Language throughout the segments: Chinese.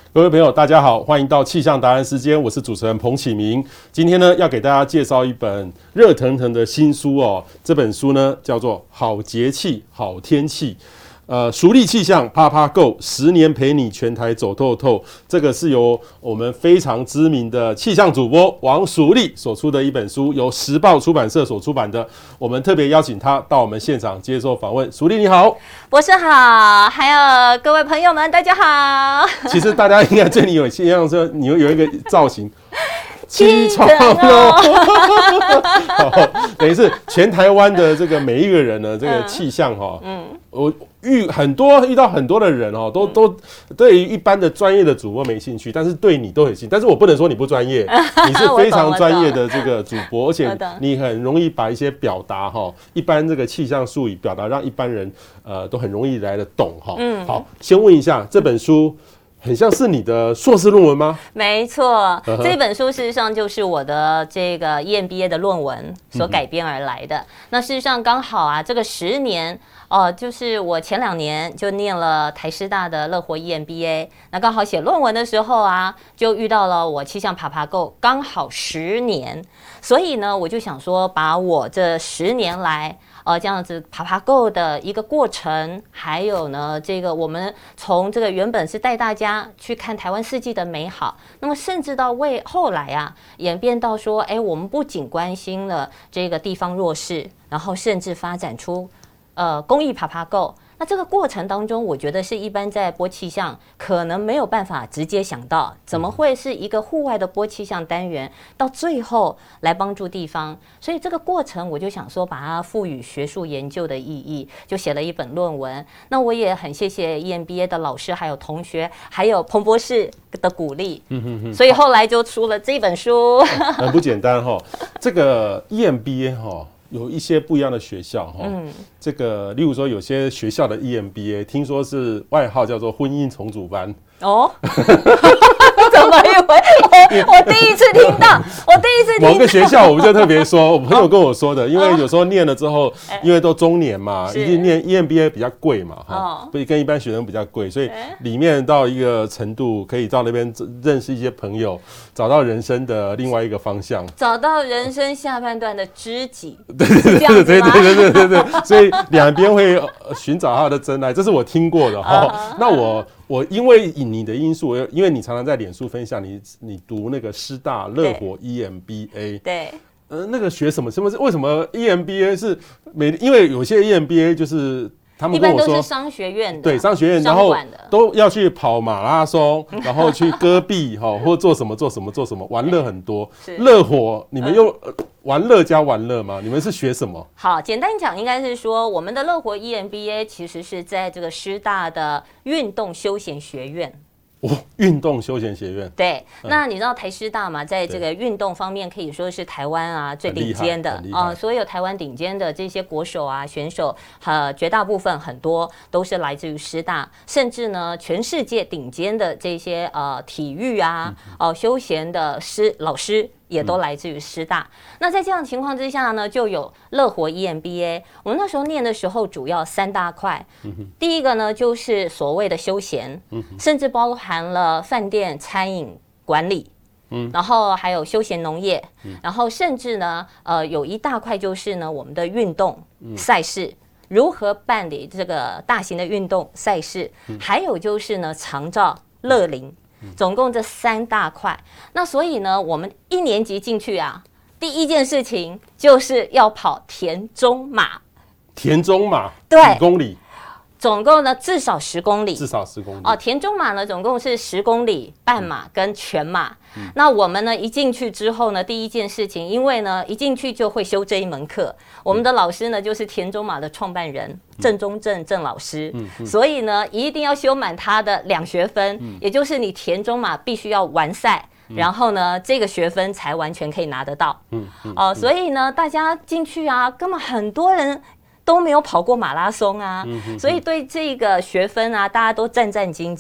各位朋友，大家好，欢迎到气象达人时间，我是主持人彭启明。今天呢，要给大家介绍一本热腾腾的新书哦。这本书呢，叫做《好节气好天气》。熟历气象啪啪 Go， 10年陪你全台走透透。这个是由我们非常知名的气象主播王淑丽所出的一本书，由时报出版社所出版的。我们特别邀请她到我们现场接受访问。淑丽你好， 博士好，还有各位朋友们，大家好。 其实大家应该对你有印象，说你有一个造型。 起床了， 等于是全台湾的这个每一个人呢，这个气象哈，我遇到很多的人哦，都对于一般的专业的主播没兴趣，但是对你都很兴趣。但是我不能说你不专业，你是非常专业的这个主播，而且你很容易把一些表达哈，一般这个气象术语表达让一般人都很容易来得懂哈。好，先问一下这本书。很像是你的硕士论文吗？ 没错，这本书事实上就是我的这个 EMBA 的论文所改编而来的。那事实上刚好啊，这个10年就是我前2年就念了台师大的乐活 EMBA， 那刚好写论文的时候啊，就遇到了我气象爬爬 Go， 刚好10年，所以呢，我就想说把我这10年来。这样子爬爬 Go 的一个过程，还有呢，这个我们从这个原本是带大家去看台湾四季的美好，那么甚至到后来啊，演变到说，我们不仅关心了这个地方弱势，然后甚至发展出公益爬爬 Go。那这个过程当中，我觉得是一般在播气象可能没有办法直接想到，怎么会是一个户外的播气象单元到最后来帮助地方？所以这个过程我就想说，把它赋予学术研究的意义，就写了一本论文。那我也很谢谢 EMBA 的老师、还有同学、还有彭博士的鼓励，所以后来就出了这本书。 很不简单哈，这个 EMBA 哈。有一些不一样的学校哈，这个例如说有些学校的 EMBA 听说是外号叫做婚姻重组班哦， 怎么一回？我第一次听到， 某个学校我们就特别说，我朋友跟我说的，因为有时候念了之后，因为都中年嘛，一定念 EMBA 比较贵嘛，哈，所以跟一般学生比较贵，所以里面到一个程度可以到那边认识一些朋友，找到人生的另外一个方向，找到人生下半段的知己，对，所以两边会寻找他的真爱，这是我听过的哈。那我因为你的因素，因为你常常在脸书分享你读那个师大乐活 EMBA， 对， 那个学什么？为什么 EMBA 是因为有些 EMBA 就是他们跟我说一般都是商学院的， 对，商学院，然后都要去跑马拉松，然后去戈壁或做什么，玩乐很多。乐活，你们用玩乐加玩乐吗？你们是学什么？ 好，简单讲，应该是说我们的乐活 EMBA 其实是在这个师大的运动休闲学院。 运动休闲学院， 对，那你知道台师大嘛，在这个运动方面可以说是台湾啊最顶尖的所有台湾顶尖的这些国手啊选手，绝大部分很多都是来自于师大，甚至呢全世界顶尖的这些体育啊休闲的老师。也都来自于师大。那在这样的情况之下呢，就有乐活 EMBA。我们那时候念的时候，主要3大块。第一个呢，就是所谓的休闲，甚至包含了饭店、餐饮管理。然后还有休闲农业，然后甚至呢，有一大块就是呢，我们的运动赛事。如何办理这个大型的运动赛事？还有就是呢，长照、乐龄。总共这3大块，那所以呢，我们1年级进去啊，第一件事情就是要跑田中马。 田中马， 对， 几公里？ 总共呢至少10公里， 至少10公里田中马呢总共是10公里，半马跟全马。那我们呢一进去之后呢，第一件事情，因为呢一进去就会修这一门课，我们的老师呢就是田中马的创办人郑中正郑老师，所以呢一定要修满他的2学分，也就是你田中马必须要完赛。然后呢，这个学分才完全可以拿得到。所以呢，大家进去啊，根本很多人都没有跑过马拉松啊，所以对这个学分啊，大家都战战兢兢。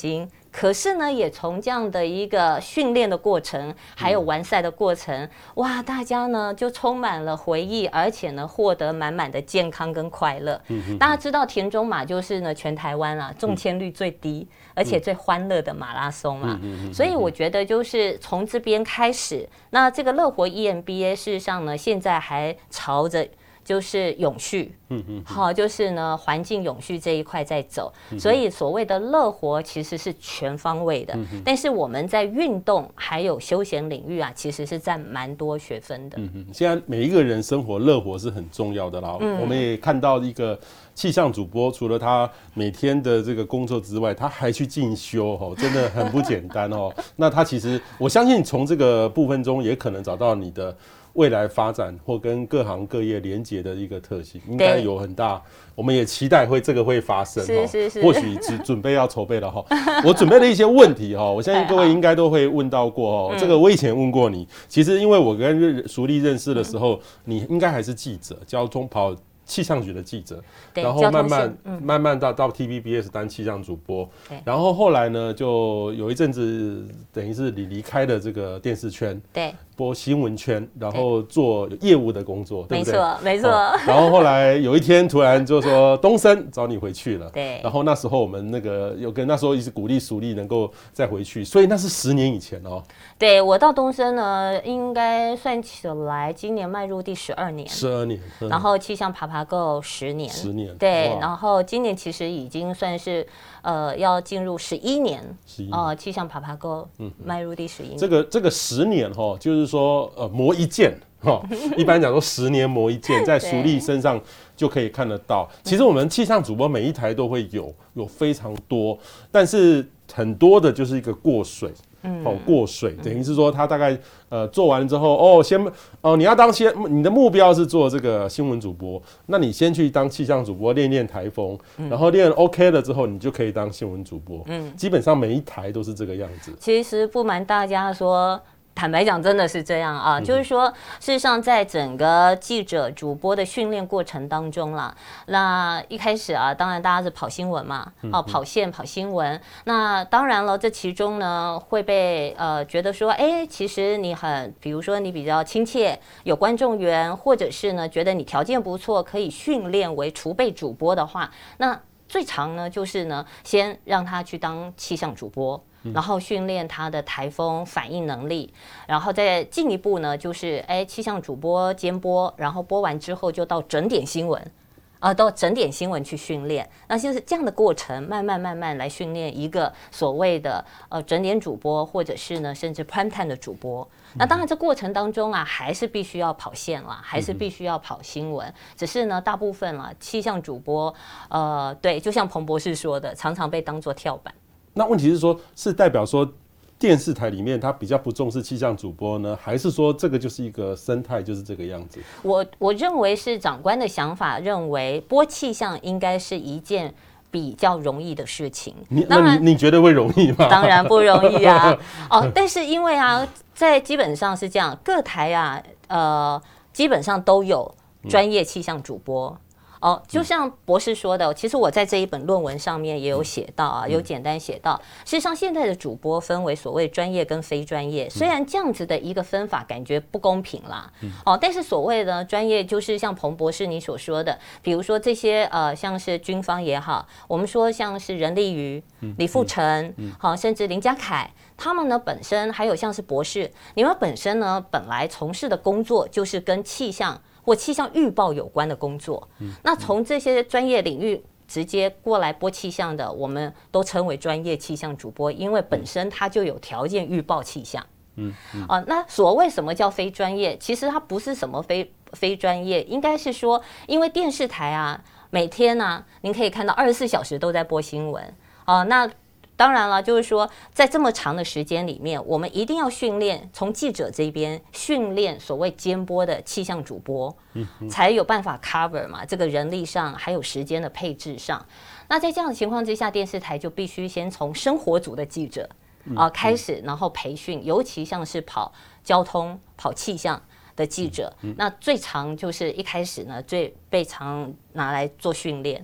可是呢，也从这样的一个训练的过程，还有完赛的过程，哇，大家呢就充满了回忆，而且呢获得满满的健康跟快乐。大家知道田中马就是呢全台湾啊中签率最低，而且最欢乐的马拉松嘛。所以我觉得就是从这边开始，那这个乐活 EMBA 事实上呢，现在还朝着就是永续，好，就是呢环境永续这一块在走，所以所谓的乐活其实是全方位的，但是我们在运动还有休闲领域啊，其实是占蛮多学分的。 现在每一个人生活乐活是很重要的啦。我们也看到一个气象主播，除了他每天的这个工作之外，他还去进修，真的很不简单哦。那他其实我相信从这个部分中也可能找到你的未来发展或跟各行各业连结的一个特性，应该有很大，我们也期待这个会发生。是，或许准备要筹备了哈。我准备了一些问题哈，我相信各位应该都会问到过这个我以前问过你，其实因为我跟淑丽认识的时候，你应该还是记者，交通跑气象局的记者，然后慢慢到 TVBS 当气象主播，然后后来呢，就有一阵子等于是你离开了这个电视圈， 对， 播新闻圈，然后做业务的工作，对不对？ 没错。 然后后来有一天突然就说东森找你回去了， 对。 然后那时候我们那个有跟那时候一直鼓励淑丽能够再回去，所以那是10年以前哦。 对，我到东森呢，应该算起来今年迈入第12年 ，12年。 然后气象爬爬够10年 ，10年。 对，然后今年其实已经算是要进入11年，气象爬爬够迈入第11年。 这个10年就是说磨一剑。一般讲说10年磨一剑，在淑丽身上就可以看得到。其实我们气象主播每一台都会有非常多，但是很多的就是一个过水。过水等于是说他大概做完之后你要当你的目标是做这个新闻主播，那你先去当气象主播练练台风，然后练 OK 了之后，你就可以当新闻主播。基本上每一台都是这个样子。 其实不瞒大家说，坦白讲，真的是这样啊，就是说，事实上，在整个记者、主播的训练过程当中啦，那一开始啊，当然大家是跑新闻嘛，跑线、跑新闻。那当然了，这其中呢，会被觉得说，其实你比如说你比较亲切，有观众缘，或者是呢，觉得你条件不错，可以训练为储备主播的话，那最常呢，就是呢，先让他去当气象主播。然后训练他的台风反应能力，然后再进一步呢，就是气象主播兼播，然后播完之后就到整点新闻，到整点新闻去训练。那就是这样的过程，慢慢来训练一个所谓的整点主播，或者是呢甚至 prime time 的主播。那当然这过程当中啊，还是必须要跑线啦，还是必须要跑新闻。只是呢，大部分啦气象主播，对，就像彭博士说的，常常被当作跳板。 那问题是说，是代表说电视台里面他比较不重视气象主播呢，还是说这个就是一个生态就是这个样子？ 我认为是长官的想法，认为播气象应该是一件比较容易的事情。 你觉得会容易吗？ 当然不容易啊。但是因为啊，在基本上是这样，各台啊，基本上都有专业气象主播。就像博士说的，其实我在这一本论文上面也有写到啊，有简单写到。事实上，现在的主播分为所谓专业跟非专业，虽然这样子的一个分法感觉不公平啦，但是所谓的专业就是像彭博士你所说的，比如说这些像是军方也好，我们说像是任立瑜、李富成，甚至林家凯。他们呢本身还有像是博士，你们本身呢本来从事的工作就是跟气象或气象预报有关的工作，那从这些专业领域直接过来播气象的，我们都称为专业气象主播，因为本身它就有条件预报气象。那所谓什么叫非专业？其实它不是什么非专业，应该是说，因为电视台啊，每天啊，您可以看到24小时都在播新闻那当然了，就是说，在这么长的时间里面，我们一定要训练，从记者这边训练所谓兼播的气象主播，才有办法 cover 嘛，这个人力上还有时间的配置上。那在这样的情况之下，电视台就必须先从生活组的记者开始，然后培训，尤其像是跑交通、跑气象的记者，那最常就是一开始呢，最被常拿来做训练。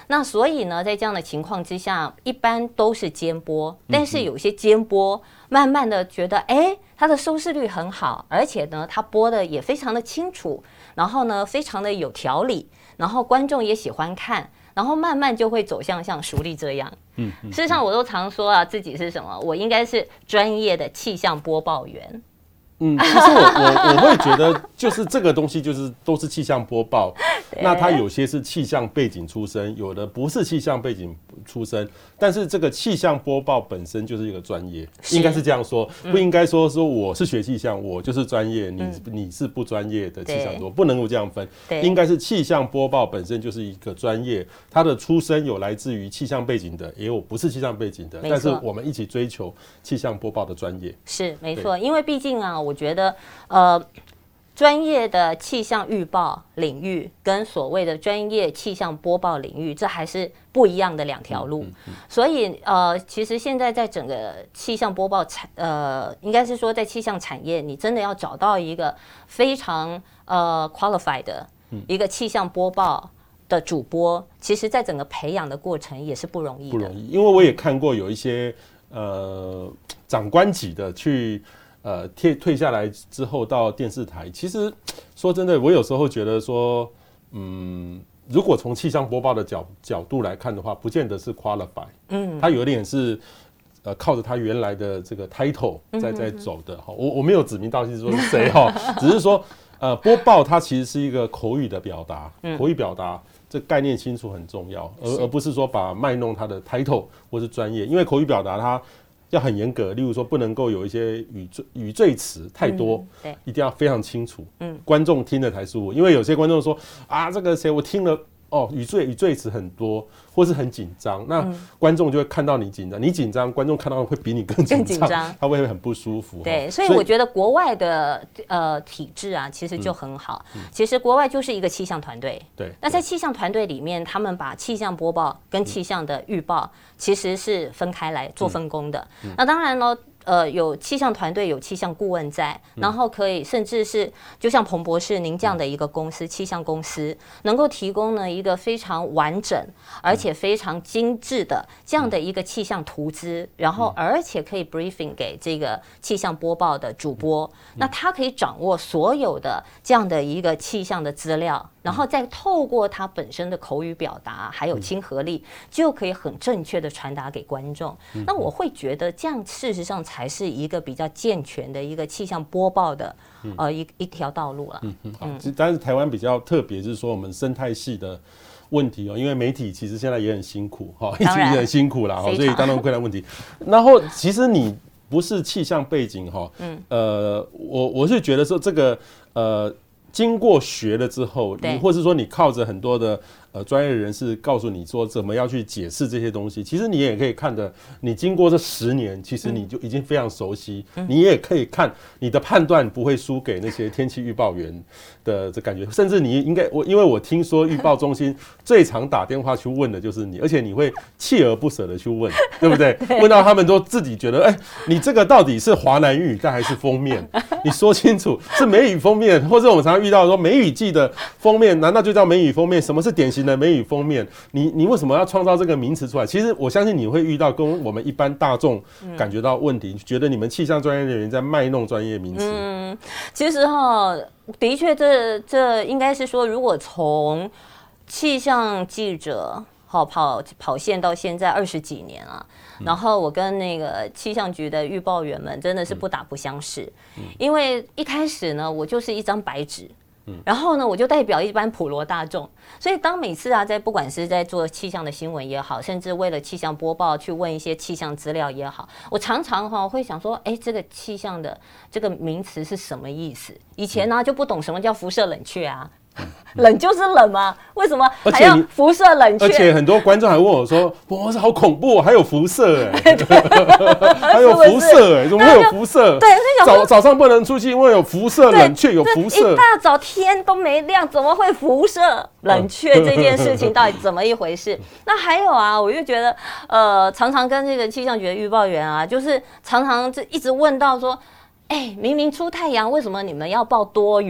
那所以呢，在这样的情况之下，一般都是监播，但是有些监播慢慢的觉得，它的收视率很好，而且呢，它播的也非常的清楚，然后呢，非常的有条理，然后观众也喜欢看，然后慢慢就会走向像淑丽这样。事实上，我都常说啊，自己是什么？我应该是专业的气象播报员。 其实我会觉得，就是这个东西就是都是气象播报，那它有些是气象背景出身，有的不是气象背景出身，但是这个气象播报本身就是一个专业，应该是这样说，不应该说我是学气象，我就是专业，你是不专业的气象播报，不能够这样分，应该是气象播报本身就是一个专业，它的出身有来自于气象背景的，也有不是气象背景的，但是我们一起追求气象播报的专业， 是没错，因为毕竟啊。我觉得，专业的气象预报领域跟所谓的专业气象播报领域，这还是不一样的两条路。所以，其实现在在整个气象播报应该是说在气象产业，你真的要找到一个非常qualified 的一个气象播报的主播，其实在整个培养的过程也是不容易的。不容易， 因为我也看过有一些长官级的去。退下来之后到电视台，其实说真的，我有时候觉得说，如果从气象播报的角度来看的话，不见得是 qualify，他有点是靠着他原来的这个 title 在走的。我没有指名道姓说是谁只是说播报它其实是一个口语的表达，口语表达这概念清楚很重要，而不是说把卖弄它的 title 或是专业，因为口语表达它。要很严格，例如说不能够有一些语缀词太多，一定要非常清楚，观众听了才舒服。因为有些观众说啊，这个谁我听了语缀词很多，或是很紧张，那观众就会看到你紧张，你紧张，观众看到会比你更紧张，他会很不舒服。 对，所以我觉得国外的体制啊，其实就很好。其实国外就是一个气象团队， 对。 那在气象团队里面，他们把气象播报跟气象的预报其实是分开来做分工的。那当然呢。有气象团队有气象顾问在，然后可以甚至是就像彭博士您这样的一个公司，气象公司能够提供呢一个非常完整而且非常精致的这样的一个气象图资，然后而且可以 briefing 给这个气象播报的主播，那他可以掌握所有的这样的一个气象的资料，然后再透过他本身的口语表达还有亲和力，就可以很正确的传达给观众。那我会觉得这样事实上才是一个比较健全的一个气象播报的一条道路了。 但是台湾比较特别，就是说我们生态系的问题因为媒体其实现在也很辛苦一直也很辛苦啦，所以当然困难问题。然后其实你不是气象背景我是觉得说这个经过学了之后，你或是说你靠着很多的专业人士告诉你说怎么样去解释这些东西，其实你也可以看的，你经过这10年，其实你就已经非常熟悉，你也可以看你的判断不会输给那些天气预报员的这感觉，甚至你应该因为我听说预报中心最常打电话去问的就是你，而且你会锲而不舍的去问，对不对？问到他们都自己觉得，你这个到底是华南语带还是封面？你说清楚，是梅雨封面，或者我们常常遇到说梅雨季的封面，难道就叫梅雨封面？什么是典型的梅雨封面？你为什么要创造这个名词出来？其实我相信你会遇到跟我们一般大众感觉到问题，觉得你们气象专业人员在卖弄专业名词。 其实的确这应该是说，如果从气象记者跑线到现在20几年了，然后我跟那个气象局的预报员们真的是不打不相识，因为一开始呢，我就是一张白纸。然后呢，我就代表一般普罗大众，所以当每次在不管是在做气象的新闻也好，甚至为了气象播报去问一些气象资料也好，我常常会想说，这个气象的这个名词是什么意思？以前呢就不懂什么叫辐射冷却啊。冷就是冷吗？为什么还要辐射冷却？ 而且很多观众还问我说：“哇，这好恐怖，还有辐射还有辐射怎么会有辐射？ 对， 早上不能出去，因为有辐射冷却，有辐射。 一大早天都没亮，怎么会辐射冷却这件事情到底怎么一回事？那还有我就觉得常常跟这个气象局的预报员就是常常一直问到说，明明出太阳，为什么你们要报多云？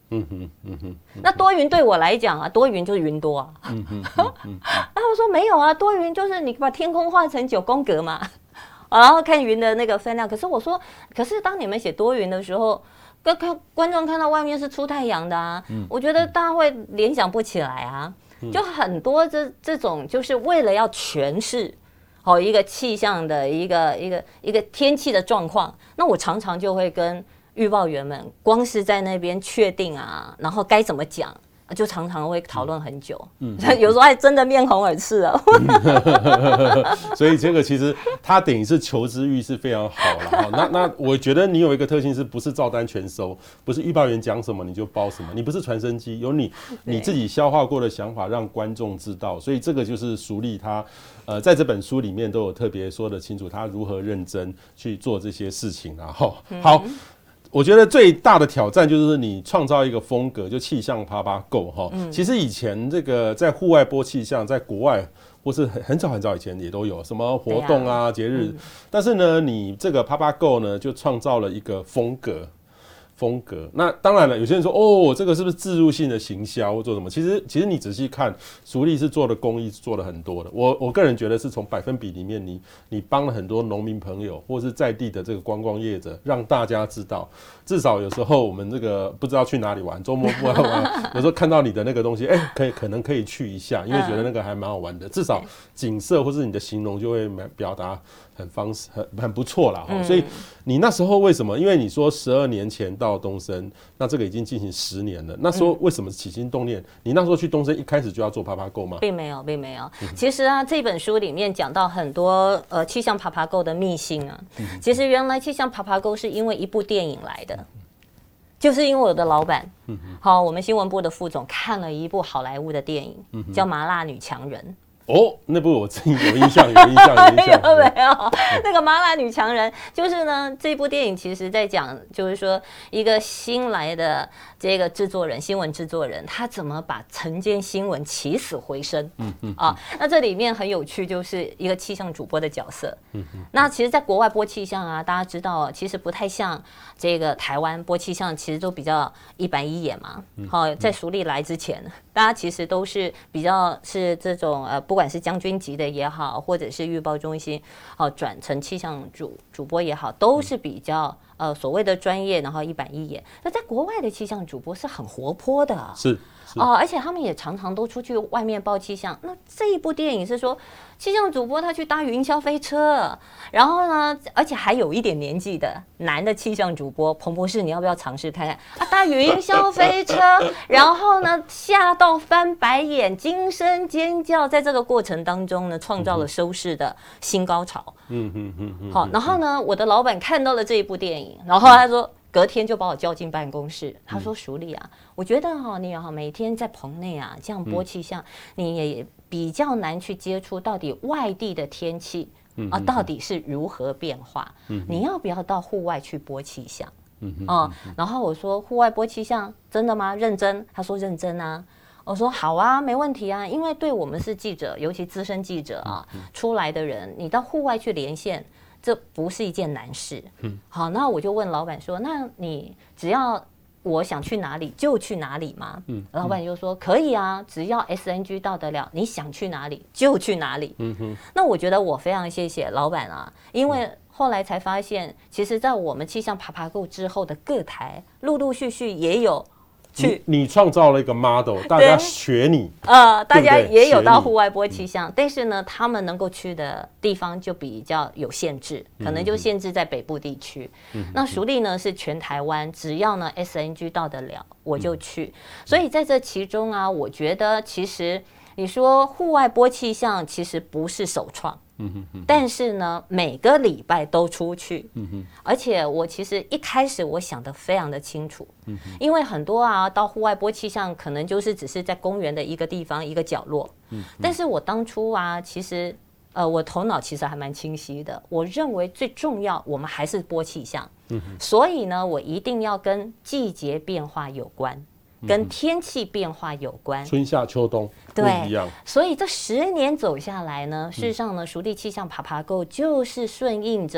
那多云对我来讲啊，多云就是云多啊。他们说没有啊，多云就是你把天空画成9宫格嘛，然后看云的那个分量。可是我说，可是当你们写多云的时候，观众看到外面是出太阳的啊，我觉得大家会联想不起来啊。就很多这种就是为了要诠释一个气象的一个天气的状况，那我常常就会跟预报员们光是在那边确定啊，然后该怎么讲，就常常会讨论很久，有时候还真的面红耳赤啊。 所以这个其实他等于是求知欲是非常好了。那我觉得你有一个特性是不是照单全收，不是预报员讲什么你就包什么，你不是传声机，有你自己消化过的想法让观众知道，所以这个就是淑丽他在这本书里面都有特别说得清楚他如何认真去做这些事情啊。好。我觉得最大的挑战就是你创造一个风格，就气象趴趴购哈。其实以前这个在户外播气象，在国外或是很早以前也都有什么活动啊、节日，但是呢，你这个趴趴购呢，就创造了一个风格。那当然了，有些人说哦，这个是不是置入性的行销或做什么？其实你仔细看，淑丽是做的公益，做了很多的。我个人觉得是从百分比里面，你帮了很多农民朋友或是在地的这个观光业者，让大家知道，至少有时候我们这个不知道去哪里玩，周末不好玩，有时候看到你的那个东西，可能可以去一下，因为觉得那个还蛮好玩的，至少景色或是你的形容就会表达很不错啦。所以你那时候为什么？因为你说12年前到东森，那这个已经进行10年了。那时候为什么起心动念？你那时候去东森一开始就要做趴趴购吗？ 并没有。其实啊，这本书里面讲到很多气象趴趴购的秘辛啊。其实原来气象趴趴购是因为一部电影来的。就是因为我的老板，我们新闻部的副总看了一部好莱坞的电影，叫《麻辣女强人》。 那部我真有印象，有没有？ 那个麻辣女强人，就是呢，这部电影其实在讲，就是说一个新来的这个新闻制作人，他怎么把晨间新闻起死回生。那这里面很有趣，就是一个气象主播的角色。那其实，在国外播气象啊，大家知道，其实不太像这个台湾播气象，其实都比较一板一眼嘛。在淑丽来之前，大家其实都是比较是这种不管是将军级的也好，或者是预报中心转成气象主播也好，都是比较所谓的专业，然后一板一眼。那在国外的气象主播是很活泼的， 是而且他们也常常都出去外面报气象。那这一部电影是说，气象主播他去搭云霄飞车，然后呢，而且还有一点年纪的男的气象主播彭博士，你要不要尝试看看？搭云霄飞车，然后呢吓到翻白眼、惊声尖叫，在这个过程当中呢，创造了收视的新高潮。好，然后呢，我的老板看到了这一部电影，然后他说。隔天就把我叫进办公室，他说：“淑丽啊，我觉得你每天在棚内啊这样播气象，你也比较难去接触到底外地的天气到底是如何变化。你要不要到户外去播气象？然后我说户外播气象真的吗？认真？他说认真啊。我说好啊，没问题啊，因为对我们是记者，尤其资深记者出来的人，你到户外去连线。”这不是一件难事。好，那我就问老板说：“那你只要我想去哪里就去哪里吗？”老板就说：“可以啊，只要 SNG 到得了，你想去哪里就去哪里。”那我觉得我非常谢谢老板啊，因为后来才发现，其实，在我们气象趴趴购之后的各台，陆陆续续也有。 你创造了一个 model， 大家学你， 大家也有到户外播气象，但是呢，他们能够去的地方就比较有限制，可能就限制在北部地区。那淑丽呢是全台湾，只要呢 SNG 到得了，我就去。所以在这其中啊，我觉得其实你说户外播气象其实不是首创。但是呢，每个礼拜都出去，而且我其实一开始我想得非常的清楚，因为很多到户外播气象可能就是只是在公园的一个地方一个角落，但是我当初其实我头脑其实还蛮清晰的，我认为最重要我们还是播气象，所以呢，我一定要跟季节变化有关。跟天气变化有关， 春夏秋冬不一样。 所以这10年走下来呢，事实上呢，淑丽气象趴趴购就是顺应着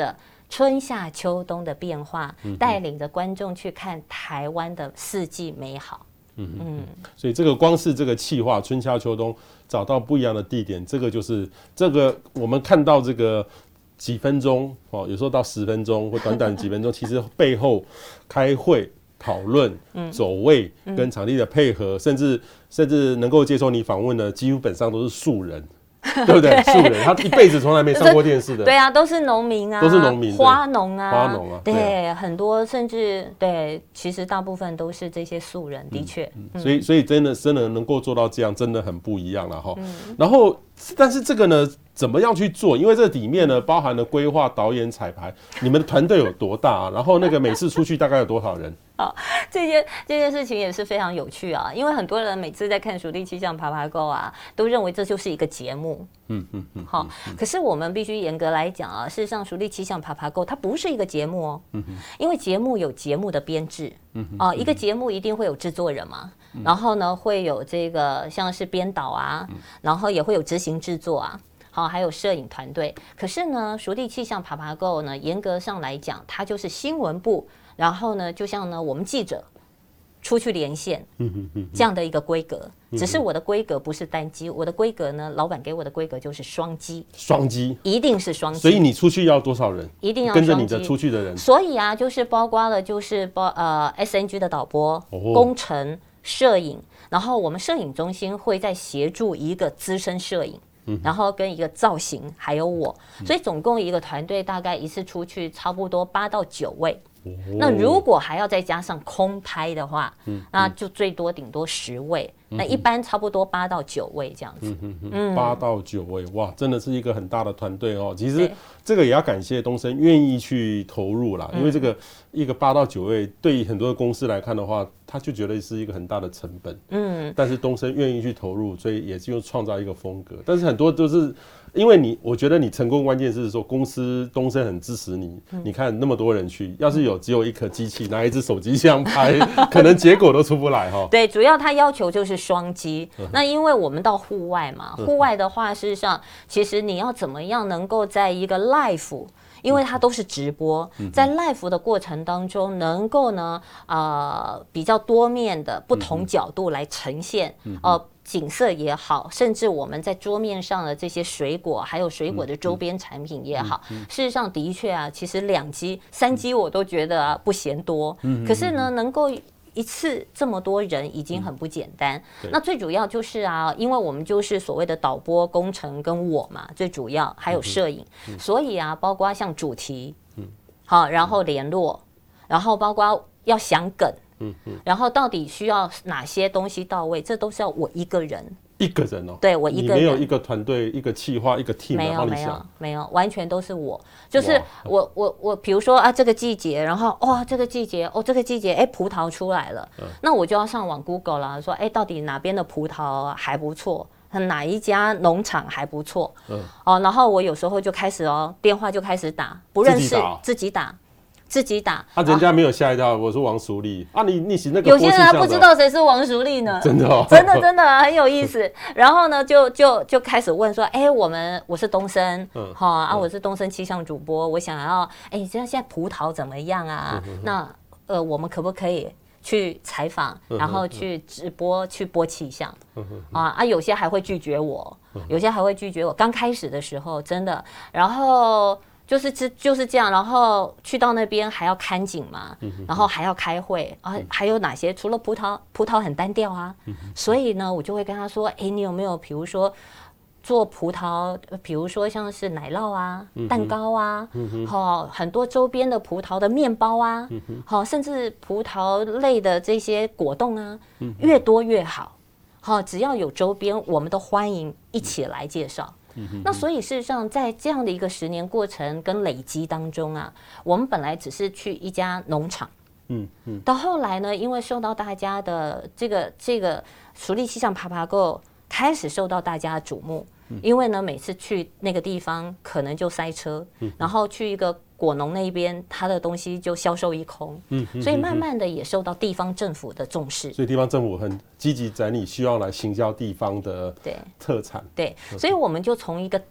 春夏秋冬的变化，带领着观众去看台湾的四季美好。 所以这个光是这个企划春夏秋冬找到不一样的地点，这个就是这个我们看到这个几分钟哦，有时候到10分钟或短短几分钟，其实背后开会讨论、走位跟场地的配合，甚至能够接受你访问的，基本上都是素人。对不对？素人，他一辈子从来没上过电视的。 对啊，都是农民啊， 都是农民， 花农啊， 花农啊， 对，很多甚至对，其实大部分都是这些素人，的确。 所以真的能够做到这样，真的很不一样了哈。然后，但是这个呢，怎么样去做？因为这里面呢，包含了规划、导演、彩排，你们的团队有多大啊？然后那个每次出去大概有多少人？ 这件事情也是非常有趣啊，因为很多人每次在看《属地气象爬爬购》啊，都认为这就是一个节目。好，可是我们必须严格来讲啊，事实上《属地气象爬爬购》它不是一个节目哦。因为节目有节目的编制。一个节目一定会有制作人嘛，然后呢会有这个像是编导啊，然后也会有执行制作啊。好，还有摄影团队。可是呢，属地气象爬爬购呢，严格上来讲，它就是新闻部，然后呢，就像呢我们记者出去连线，这样的一个规格。只是我的规格不是单机，我的规格呢，老板给我的规格就是双机，一定是双机。 所以你出去要多少人？ 一定要跟着你的出去的人。 所以啊，就是包括了，就是SNG 的导播、工程、摄影，然后我们摄影中心会再协助一个资深摄影。然后跟一个造型，还有我，所以总共一个团队大概一次出去差不多8到9位。那如果还要再加上空拍的话，那就最多顶多10位。那一般差不多8到9位这样子。 8到9位，哇，真的是一个很大的团队哦。其实这个也要感谢东森愿意去投入啦，因为这个一个8到9位，对于很多的公司来看的话，他就觉得是一个很大的成本。但是东森愿意去投入，所以也就创造一个风格。但是很多都是因为我觉得你成功关键是说公司东森很支持你。你看那么多人去，要是只有一颗机器，拿一只手机相拍，可能结果都出不来哈。 对，主要他要求就是双机。那因为我们到户外嘛，户外的话，事实上其实你要怎么样能够在一个 live。因为它都是直播，在 live 的过程当中，能够呢，比较多面的不同角度来呈现，景色也好，甚至我们在桌面上的这些水果，还有水果的周边产品也好，事实上的确啊，其实2机、3机我都觉得不嫌多，可是呢，能够一次这么多人已经很不简单。那最主要就是啊，因为我们就是所谓的导播、工程跟我嘛，最主要还有摄影，所以啊，包括像主题，好，然后联络，然后包括要想梗，然后到底需要哪些东西到位，这都是要我一个人。 一个人哦， 对，我一个人， 你没有一个团队、一个企划、一个 team 来帮你想， 没有，完全都是我。就是我，比如说啊，这个季节，然后这个季节，葡萄出来了，那我就要上网 Google 了，说到底哪边的葡萄还不错，哪一家农场还不错，然后我有时候就开始电话就开始打，不认识自己打， 人家没有吓一跳，我说王淑丽啊，你是那个有些人还不知道谁是王淑丽呢， 真的哦， 真的很有意思。然后呢，就开始问说，我是东森，我是东森气象主播，我想要，现在葡萄怎么样啊？那我们可不可以去采访，然后去直播，去播气象？有些还会拒绝我，刚开始的时候真的，然后。就是这样，然后去到那边还要看景嘛，然后还要开会啊，还有哪些？除了葡萄很单调啊，所以呢，我就会跟他说，你有没有比如说做葡萄，比如说像是奶酪啊、蛋糕啊，很多周边的葡萄的面包啊，甚至葡萄类的这些果冻啊，越多越好，只要有周边，我们都欢迎一起来介绍。那所以事实上，在这样的一个10年过程跟累积当中啊，我们本来只是去一家农场，到后来呢，因为受到大家的这个属地气象爬爬购开始受到大家的瞩目，因为呢每次去那个地方可能就塞车，然后去一个果农那边，他的东西就销售一空，所以慢慢的也受到地方政府的重视， 所以地方政府很积极在你需要来行销地方的特产， 对，所以我们就从一个点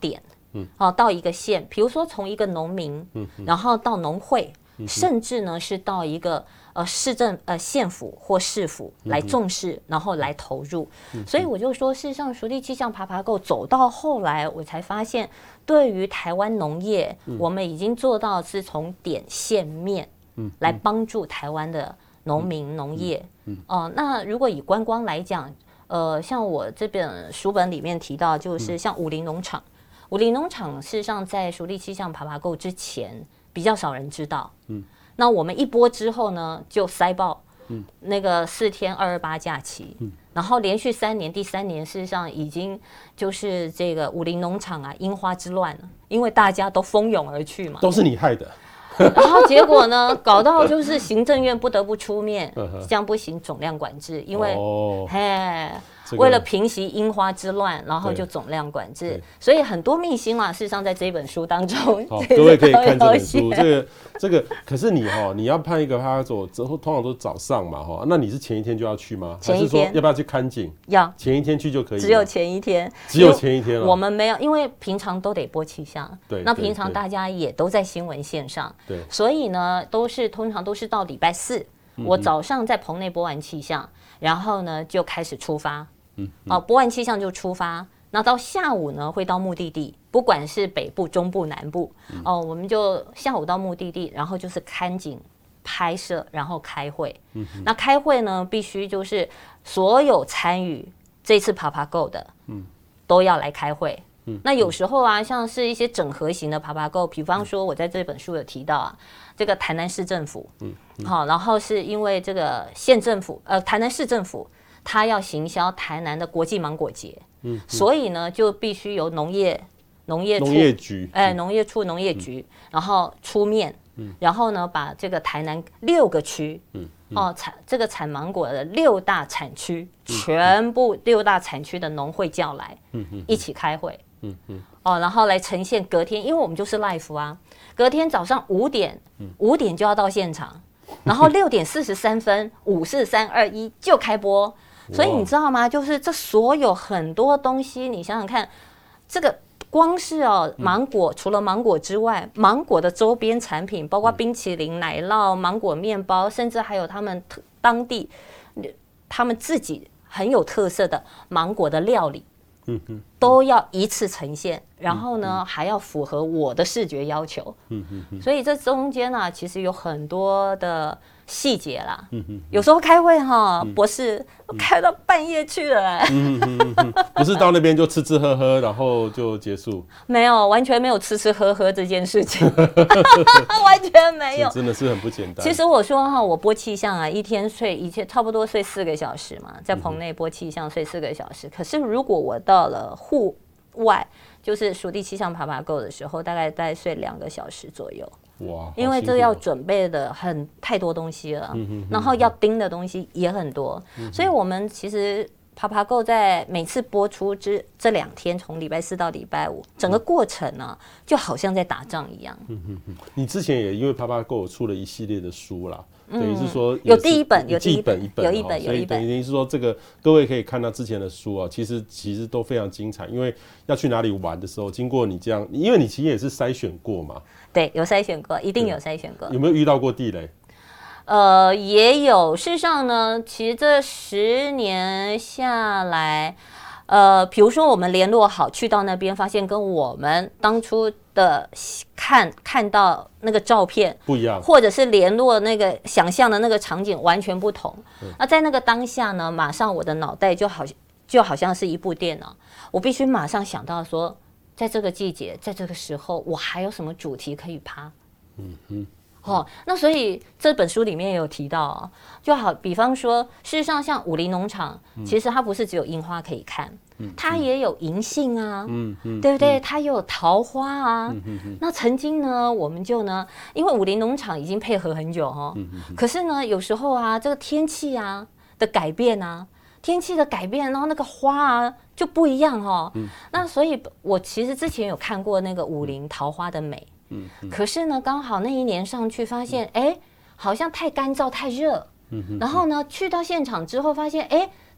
到一个县，比如说从一个农民，然后到农会，甚至呢是到一个市政县府或市府来重视，然后来投入。所以我就说，事实上，熟地气象爬爬够走到后来，我才发现，对于台湾农业，我们已经做到是从点线面来帮助台湾的农民农业。那如果以观光来讲，像我这本书本里面提到，就是像武陵农场。武陵农场事实上在熟地气象爬爬够之前比较少人知道。那我们一播之后呢，就塞爆。那个4天228假期，然后连续3年，第3年事实上已经就是这个武陵农场啊，樱花之乱了，因为大家都蜂拥而去嘛。 都是你害的。 然后结果呢，搞到就是行政院不得不出面，这样不行，总量管制，因为为了平息樱花之乱，然后就总量管制，所以很多秘辛啦，事实上在这本书当中， 各位可以看这本书。这个，可是你要办一个趴走，通常都早上嘛，那你是前一天就要去吗？还是说要不要去看景？ 要前一天去就可以。 只有前一天， 只有前一天了。 我们没有，因为平常都得播气象，对，那平常大家也都在新闻线上，对，所以呢，通常都是到礼拜4，我早上在棚内播完气象，然后呢就开始出发。播完气象就出发，那到下午呢会到目的地，不管是北部、中部、南部，我们就下午到目的地，然后就是看景、拍摄，然后开会。那开会呢，必须就是所有参与这次爬爬够的，都要来开会。那有时候啊，像是一些整合型的爬爬够，比方说我在这本书有提到啊，这个台南市政府，然后是因为这个县政府，台南市政府。他要行销台南的国际芒果节，所以呢，就必须由农业局，农业处农业局，然后出面，然后呢，把这个台南6个区，这个产芒果的6大产区，全部6大产区的农会叫来，一起开会，然后来呈现隔天，因为我们就是 live 啊，隔天早上5点就要到现场，然后6点43分，5、4、3、2、1就开播。所以你知道吗？就是这所有很多东西，你想想看，这个光是芒果，除了芒果之外，芒果的周边产品，包括冰淇淋、奶酪、芒果面包，甚至还有他们当地他们自己很有特色的芒果的料理，都要一次呈现，然后呢还要符合我的视觉要求。所以这中间呢，其实有很多的细节啦。有时候开会博士开到半夜去了。 不是到那边就吃吃喝喝，然后就结束？没有，完全没有吃吃喝喝这件事情，完全没有。 真的是很不简单。 其实我说我播气象啊，一天差不多睡4个小时嘛，在棚内播气象睡4个小时。可是如果我到了户外，就是熟地气象爬爬够的时候，大概睡2个小时左右。哇！因为这要准备的太多东西了，然后要盯的东西也很多，所以我们其实爬爬够在每次播出这2天，从礼拜4到礼拜5，整个过程呢，就好像在打仗一样。 你之前也因为爬爬够出了一系列的书啦。等于是说有第一本，有一本，所以等于是说这个各位可以看到之前的书啊，其实都非常精彩。因为要去哪里玩的时候，经过你这样，因为你其实也是筛选过嘛。 对，有筛选过，一定有筛选过。 有没有遇到过地雷？ 也有。事实上呢，其实这10年下来，比如说我们联络好去到那边，发现跟我们当初的看到那个照片不一样， 或者是联络那个想象的那个场景完全不同。那在那个当下呢，马上我的脑袋就好像是一部电脑，我必须马上想到说，在这个季节，在这个时候，我还有什么主题可以拍？那所以这本书里面也有提到就好，比方说，事实上像武陵农场，其实它不是只有樱花可以看，它也有银杏啊，对不对？它也有桃花啊。那曾经呢，我们就呢，因为武陵农场已经配合很久可是呢，有时候啊，这个天气啊的改变啊，然后那个花啊就不一样那所以我其实之前有看过那个武陵桃花的美。可是呢，刚好那一年上去发现，好像太干燥太热，然后呢，去到现场之后发现，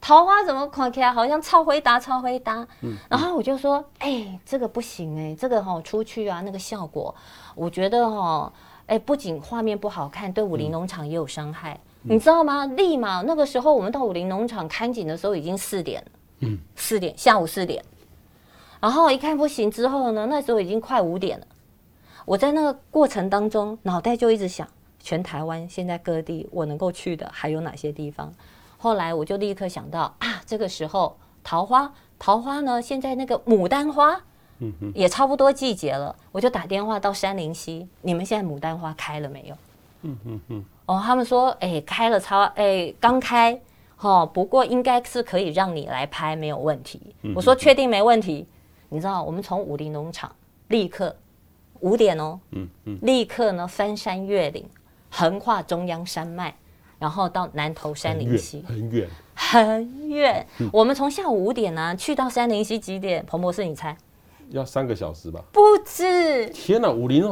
桃花怎么看起来好像超回答。然后我就说，这个不行这个出去啊那个效果，我觉得不仅画面不好看，对武陵农场也有伤害。你知道吗？立马那个时候我们到武陵农场看景的时候已经4点了下午4点。然后一看不行之后呢，那时候已经快5点了。我在那个过程当中，脑袋就一直想，全台湾现在各地我能够去的还有哪些地方？后来我就立刻想到这个时候桃花呢，现在那个牡丹花，也差不多季节了，我就打电话到杉林溪，你们现在牡丹花开了没有？他们说，开了刚开，不过应该是可以让你来拍，没有问题。我说确定没问题。你知道，我们从武陵农场立刻5点立刻呢翻山越岭，横跨中央山脉，然后到南投杉林溪，很远。我们从下午5点呢去到杉林溪几点？彭博士，你猜？ 要3个小时吧？ 不止！ 天哪，武陵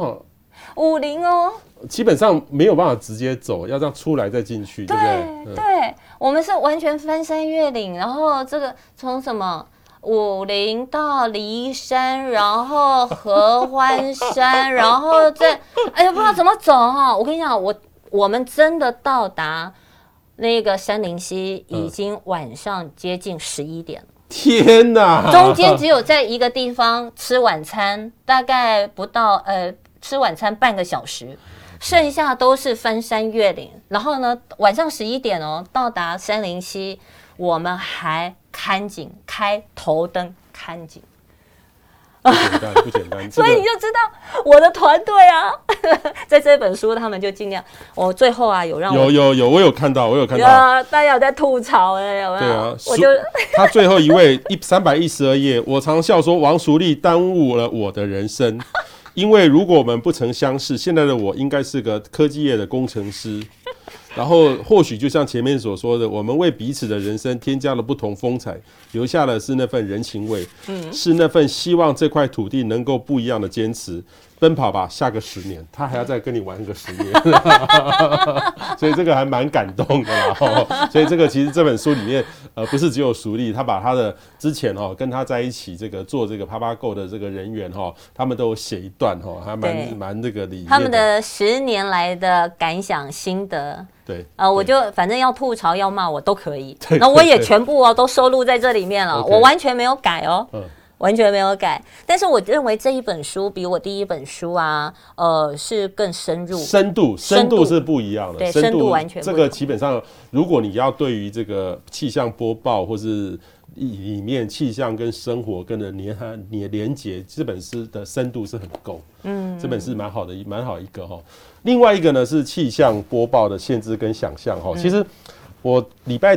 基本上没有办法直接走，要这样出来再进去，对不对？ 对，我们是完全翻山越岭，然后这个从什么武陵到梨山，然后合欢山，然后再不知道怎么走我跟你讲，我们真的到达那个杉林溪已经晚上接近11点了。 天哪！ 中间只有在一个地方吃晚餐，大概不到吃晚餐半个小时，剩下都是翻山越岭。然后呢，晚上11点到达杉林溪，我们还看景，开头灯看景。 不简单， 所以你就知道我的团队在这本书他们就尽量，我最后有让我有我有看到， 大家有在吐槽有没有？ 对啊， 我就他最后一位312页，我常笑说王淑丽耽误了我的人生，因为如果我们不曾相识，现在的我应该是个科技业的工程师。然后或许就像前面所说的，我们为彼此的人生添加了不同风采，留下的是那份人情味，是那份希望这块土地能够不一样的坚持。奔跑吧，下个10年，他还要再跟你玩个10年，所以这个还蛮感动的啦。所以这个其实这本书里面，不是只有淑丽，他把他的之前跟他在一起这个做这个PapaGo的这个人员他们都有写一段还蛮那个里面他们的10年来的感想心得。 对， 我就反正要吐槽要骂我都可以，那我也全部都收录在这里面了，我完全没有改完全没有改。但是我认为这一本书比我第一本书是更深入，深度是不一样的， 对，深度完全不一样。 这个基本上，如果你要对于这个气象播报或是里面气象跟生活跟的连结，这本书的深度是很够。这本是蛮好一个另外一个呢是气象播报的限制跟想象其实。我礼拜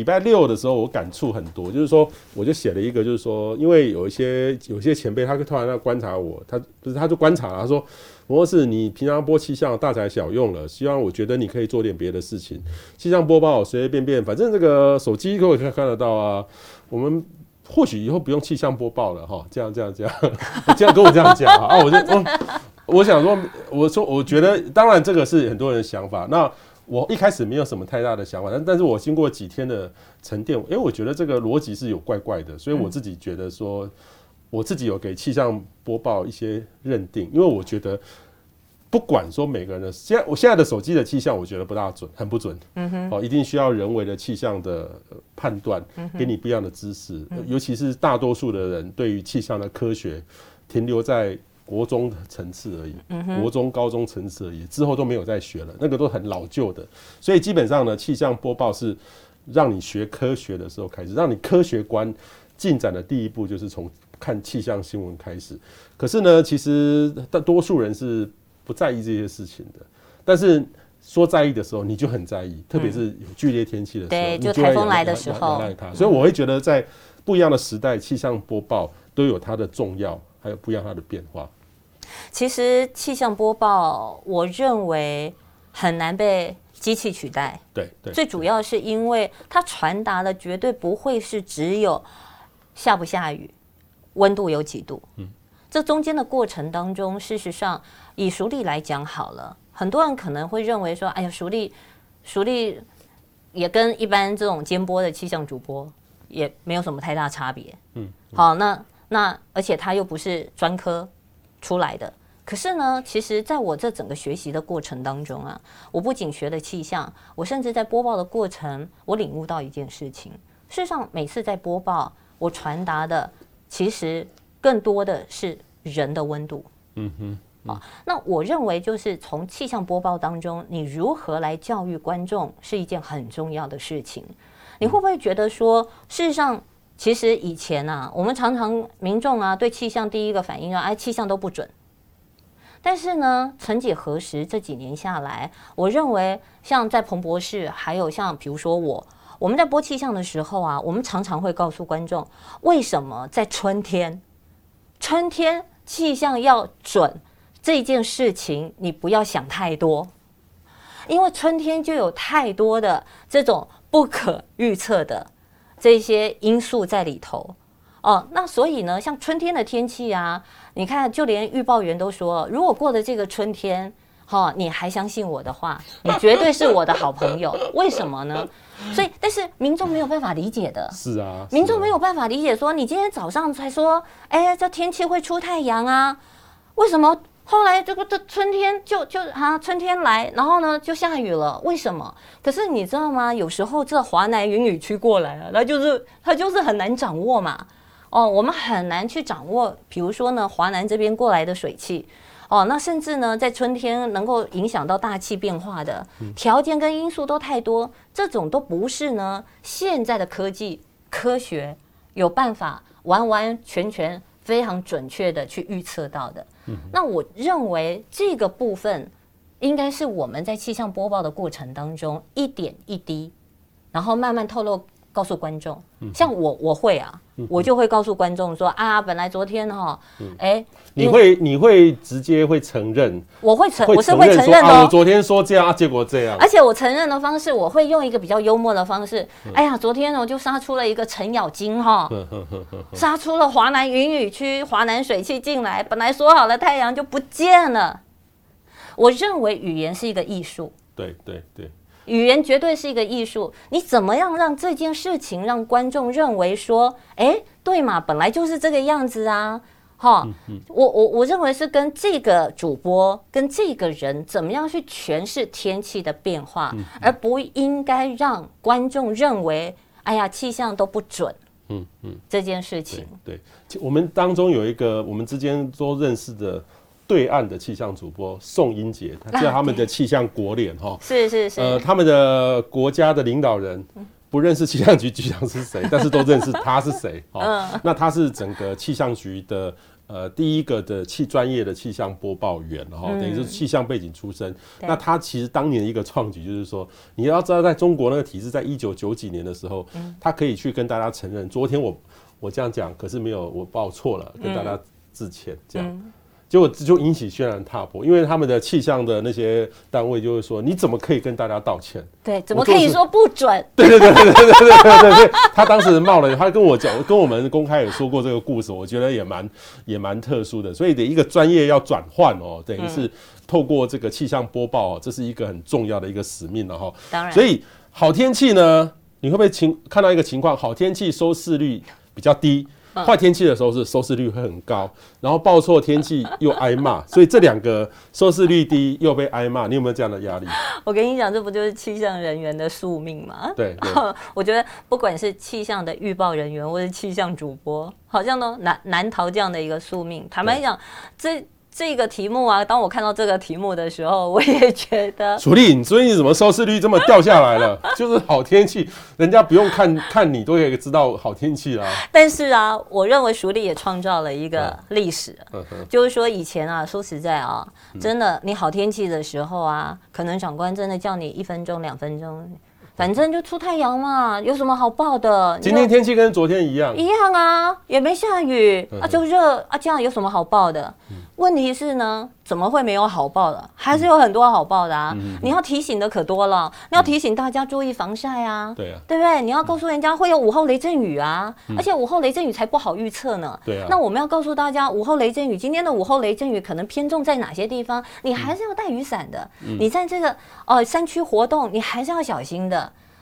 6的时候，我感触很多，就是说，我就写了一个，就是说，因为有一些前辈，他突然在观察我，他就观察了，他说，如果是你平常播气象大材小用了，希望我觉得你可以做点别的事情，气象播报随随便，反正这个手机都可以看得到啊，我们或许以后不用气象播报了这样跟我这样讲我想说，我觉得，当然这个是很多人的想法，那。我一开始没有什么太大的想法，但是我经过几天的沉淀，我觉得这个逻辑是有怪怪的，所以我自己觉得说，我自己有给气象播报一些认定，因为我觉得不管说每个人的我现在的手机的气象，我觉得不大准，很不准，一定需要人为的气象的判断，给你不一样的知识，尤其是大多数的人对于气象的科学停留在。国中的层次而已，国中、高中层次而已，之后都没有再学了，那个都很老旧的。所以基本上呢，气象播报是让你学科学的时候开始，让你科学观进展的第一步就是从看气象新闻开始。可是呢，其实大多数人是不在意这些事情的，但是说在意的时候，你就很在意，特别是有剧烈天气的时候， 对，就台风来的时候， 所以我会觉得在不一样的时代，气象播报都有它的重要，还有不一样它的变化。 其实气象播报，我认为很难被机器取代。 对， 最主要是因为它传达的绝对不会是只有下不下雨、温度有几度。这中间的过程当中，事实上以淑丽来讲好了，很多人可能会认为说，哎呀，淑丽也跟一般这种监播的气象主播也没有什么太大差别。好，那而且他又不是专科出来的。可是呢，其实在我这整个学习的过程当中啊，我不仅学了气象，我甚至在播报的过程，我领悟到一件事情。事实上，每次在播报，我传达的其实更多的是人的温度。那我认为就是从气象播报当中，你如何来教育观众是一件很重要的事情。你会不会觉得说，事实上，其实以前啊，我们常常民众啊对气象第一个反应啊，气象都不准。但是呢，曾几何时这几年下来，我认为像在彭博士，还有像比如说我们在播气象的时候啊，我们常常会告诉观众，为什么在春天气象要准这件事情，你不要想太多，因为春天就有太多的这种不可预测的这些因素在里头。那所以呢，像春天的天气啊，你看，就连预报员都说，如果过了这个春天，你还相信我的话，你绝对是我的好朋友。为什么呢？所以，但是民众没有办法理解的。 是啊， 民众没有办法理解说，你今天早上才说，这天气会出太阳啊，为什么后来这春天春天来，然后呢就下雨了？为什么？可是你知道吗？有时候这华南云雨区过来了，它就是很难掌握嘛。我们很难去掌握，比如说呢，华南这边过来的水汽，那甚至呢，在春天能够影响到大气变化的条件跟因素都太多，这种都不是呢现在的科学有办法完完全全非常准确的去预测到的。那我认为这个部分应该是我们在气象播报的过程当中一点一滴，然后慢慢透露告诉观众。像我会啊，我就会告诉观众说啊，本来昨天你会直接会承认？ 我是会承认的。我昨天说这样，结果这样。 而且我承认的方式，我会用一个比较幽默的方式。哎呀，昨天我就杀出了一个程咬金杀出了华南云雨区，华南水汽进来，本来说好了太阳就不见了。我认为语言是一个艺术。 对。 语言绝对是一个艺术，你怎么样让这件事情让观众认为说，对嘛，本来就是这个样子啊，我认为是跟这个主播跟这个人怎么样去诠释天气的变化，而不应该让观众认为，哎呀，气象都不准，这件事情。 对，我们当中有一个我们之间都认识的。对岸的气象主播宋英杰，他叫他们的气象国联是他们的国家的领导人不认识气象局局长是谁，但是都认识他是谁。那他是整个气象局的第一个的专业的气象播报员，等于是气象背景出身。那他其实当年一个创举就是说，你要知道在中国那个体制，在1990几年的时候，他可以去跟大家承认，昨天我这样讲，可是没有我报错了，跟大家致歉这样。结果就引起轩然大波，因为他们的气象的那些单位就会说，你怎么可以跟大家道歉？ 对，怎么可以说不准？ 对，他当时冒了，他跟我讲，跟我们公开也说过这个故事，我觉得也蛮特殊的，所以的一个专业要转换等于是透过这个气象播报这是一个很重要的一个使命了当然， 所以好天气呢，你会不会看到一个情况，好天气收视率比较低？坏天气的时候是收视率会很高，然后报错天气又挨骂，所以这两个收视率低又被挨骂，你有没有这样的压力？ 我跟你讲，这不就是气象人员的宿命吗？ 对我觉得不管是气象的预报人员或是气象主播，好像都难逃这样的一个宿命。坦白讲，这个题目啊，当我看到这个题目的时候，我也觉得， 楚丽，你最近怎么收视率这么掉下来了？就是好天气，人家不用看你都可以知道好天气啦。 但是啊，我认为淑丽也创造了一个历史，就是说以前啊，说实在啊，真的你好天气的时候啊，可能长官真的叫你1分钟2分钟。反正就出太阳嘛，有什么好报的？ 今天天气跟昨天一样啊，也没下雨就热啊，这样有什么好报的？问题是呢，怎么会没有好报的？还是有很多好报的啊！你要提醒的可多了，你要提醒大家注意防晒啊，对不对？你要告诉人家会有午后雷阵雨啊，而且午后雷阵雨才不好预测呢。那我们要告诉大家，午后雷阵雨，今天的午后雷阵雨可能偏重在哪些地方？你还是要带雨伞的。你在这个山区活动，你还是要小心的。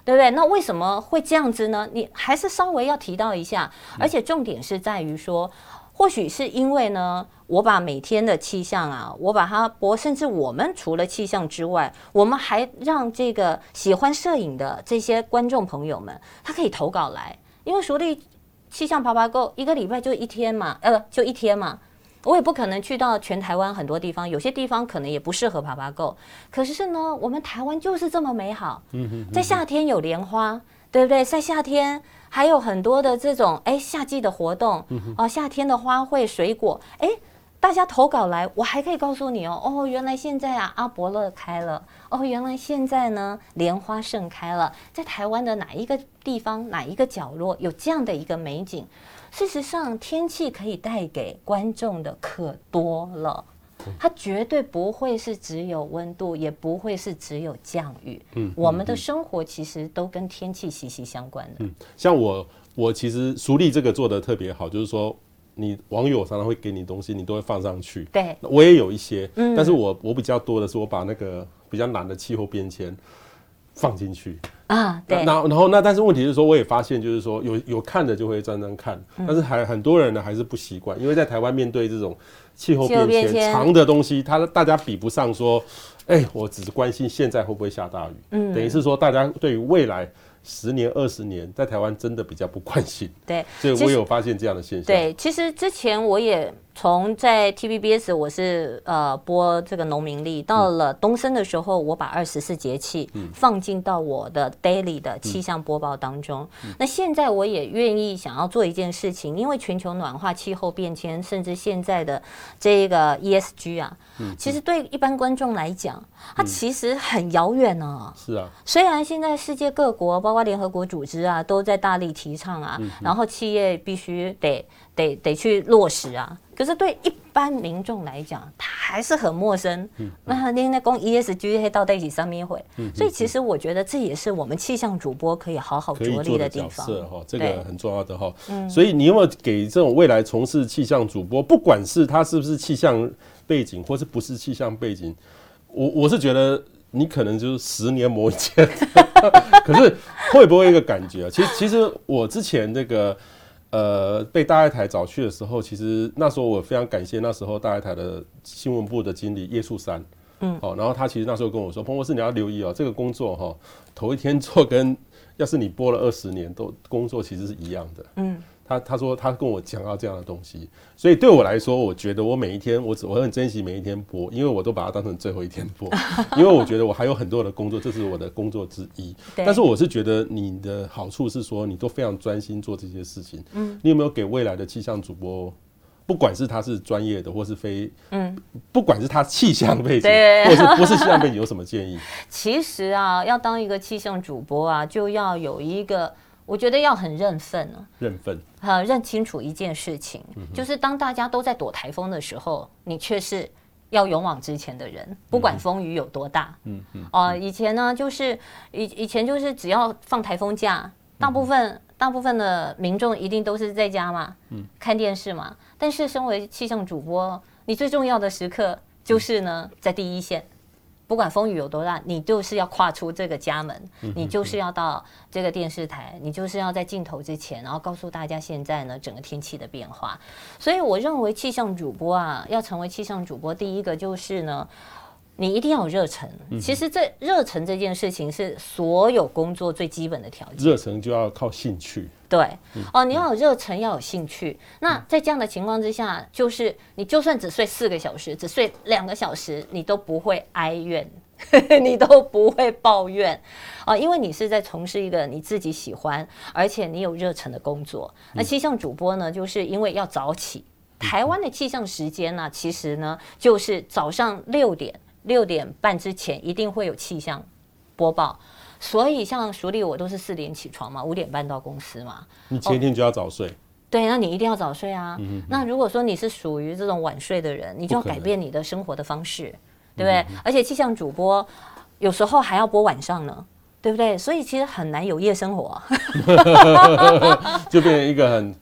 对不对？那为什么会这样子呢？你还是稍微要提到一下，而且重点是在于说，或许是因为呢，我把每天的气象啊，我把它播，甚至我们除了气象之外，我们还让这个喜欢摄影的这些观众朋友们，他可以投稿来，因为熟立气象爬爬够一个礼拜就一天嘛，就一天嘛。我也不可能去到全台湾很多地方，有些地方可能也不适合爬爬够。可是呢，我们台湾就是这么美好。在夏天有莲花，对不对？在夏天还有很多的这种夏季的活动夏天的花卉、水果，大家投稿来，我还可以告诉你原来现在阿伯乐开了，原来现在呢莲花盛开了，在台湾的哪一个地方、哪一个角落有这样的一个美景。事实上，天气可以带给观众的可多了，它绝对不会是只有温度，也不会是只有降雨。我们的生活其实都跟天气息息相关的。 像我其实熟立这个做的特别好，就是说你网友常常会给你东西，你都会放上去。 对， 我也有一些，但是我比较多的是我把那个比较难的气候变迁放进去。 对， 然后但是问题是说，我也发现就是说有看的就会专专看，但是很多人呢还是不习惯，因为在台湾面对这种气候变迁长的东西，大家比不上说，我只是关心现在会不会下大雨，等于是说大家对于未来10年、20年，在台湾真的比较不关心。 对， 所以我有发现这样的现象。 对，其实之前我也在 TVBS 我是播这个农民历，到了东升的时候，我把24节气放进到我的 daily 的气象播报当中。那现在我也愿意想要做一件事情，因为全球暖化、气候变迁，甚至现在的这个 ESG 啊，其实对一般观众来讲，它其实很遥远啊。 是啊， 虽然现在世界各国，包括联合国组织啊，都在大力提倡啊，然后企业必须得去落实啊。可是对一般民众来讲，他还是很陌生。那你那讲 ESG 到底是什么一回？所以其实我觉得这也是我们气象主播可以好好着力的地方。 这个很重要的所以你有没有给这种未来从事气象主播，不管是他是不是气象背景，或是不是气象背景，我是觉得你可能就是10年磨一剑。可是会不会有一个感觉其实我之前那个被大爱台找去的时候，其实那时候我非常感谢那时候大爱台的新闻部的经理叶树山。然后他其实那时候跟我说，彭博士你要留意这个工作头一天做跟要是你播了20年都工作其实是一样的。他说他跟我讲到这样的东西，所以对我来说，我觉得我每一天我很珍惜每一天播，因为我都把它当成最后一天播，因为我觉得我还有很多的工作，这是我的工作之一。但是我是觉得你的好处是说你都非常专心做这些事情。你有没有给未来的气象主播，不管是他是专业的或是非，不管是他气象背景或是不是气象背景，有什么建议？ 其实要当一个气象主播就要有一个。我觉得要很认份认清楚一件事情，就是当大家都在躲台风的时候，你却是要勇往直前的人，不管风雨有多大。以前呢，就是以前就是只要放台风假，大部分的民众一定都是在家嘛，看电视嘛。但是身为气象主播，你最重要的时刻就是呢，在第一线。不管风雨有多大，你就是要跨出这个家门，你就是要到这个电视台，你就是要在镜头之前，然后告诉大家现在呢整个天气的变化。所以我认为气象主播要成为气象主播，第一个就是呢，你一定要有热忱。其实这热忱这件事情是所有工作最基本的条件。 热忱就要靠兴趣。 对，你要有热忱，要有兴趣。那在这样的情况之下，就是你就算只睡4个小时，只睡2个小时，你都不会哀怨，你都不会抱怨因为你是在从事一个你自己喜欢，而且你有热忱的工作。那气象主播呢，就是因为要早起。台湾的气象时间呢，其实呢就是早上6点半之前一定会有气象播报。所以像熟立我都是4点起床嘛，5点半到公司嘛。 你前一天就要早睡。 对，那你一定要早睡啊。那如果说你是属于这种晚睡的人，你就要改变你的生活的方式，对不对？而且气象主播有时候还要播晚上呢，对不对？所以其实很难有夜生活。 就变成一个很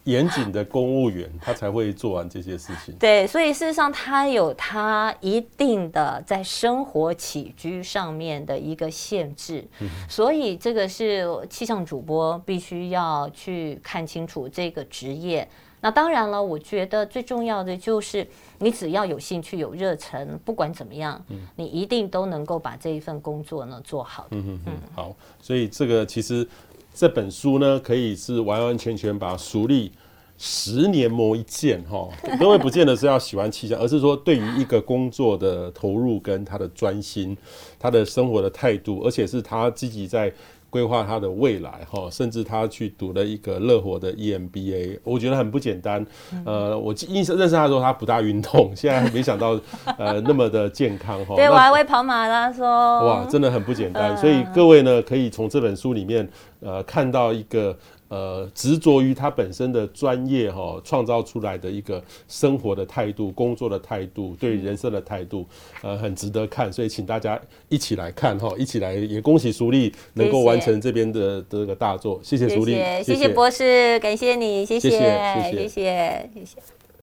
严谨的公务员，他才会做完这些事情。 对，所以事实上他有他一定的在生活起居上面的一个限制，所以这个是气象主播必须要去看清楚这个职业。那当然了，我觉得最重要的就是你只要有兴趣、有热忱，不管怎么样，你一定都能够把这一份工作呢做好。 好，所以这个其实这本书呢，可以是完完全全把熟历10年磨一剑哈。各位不见得是要喜欢气象，而是说对于一个工作的投入跟他的专心，他的生活的态度，而且是他积极在规划他的未来哈，甚至他去读了一个乐活的 EMBA， 我觉得很不简单。我认识他的时候，他不大运动，现在没想到那么的健康哈。 对，我还会跑马拉松。 哇，真的很不简单。所以各位呢，可以从这本书里面看到一个执着于他本身的专业哈，创造出来的一个生活的态度、工作的态度、对人生的态度，很值得看。所以请大家一起来看哈，一起来也恭喜淑丽能够完成这边的这个大作。谢谢淑丽， 谢谢博士，感谢你，谢谢，谢谢。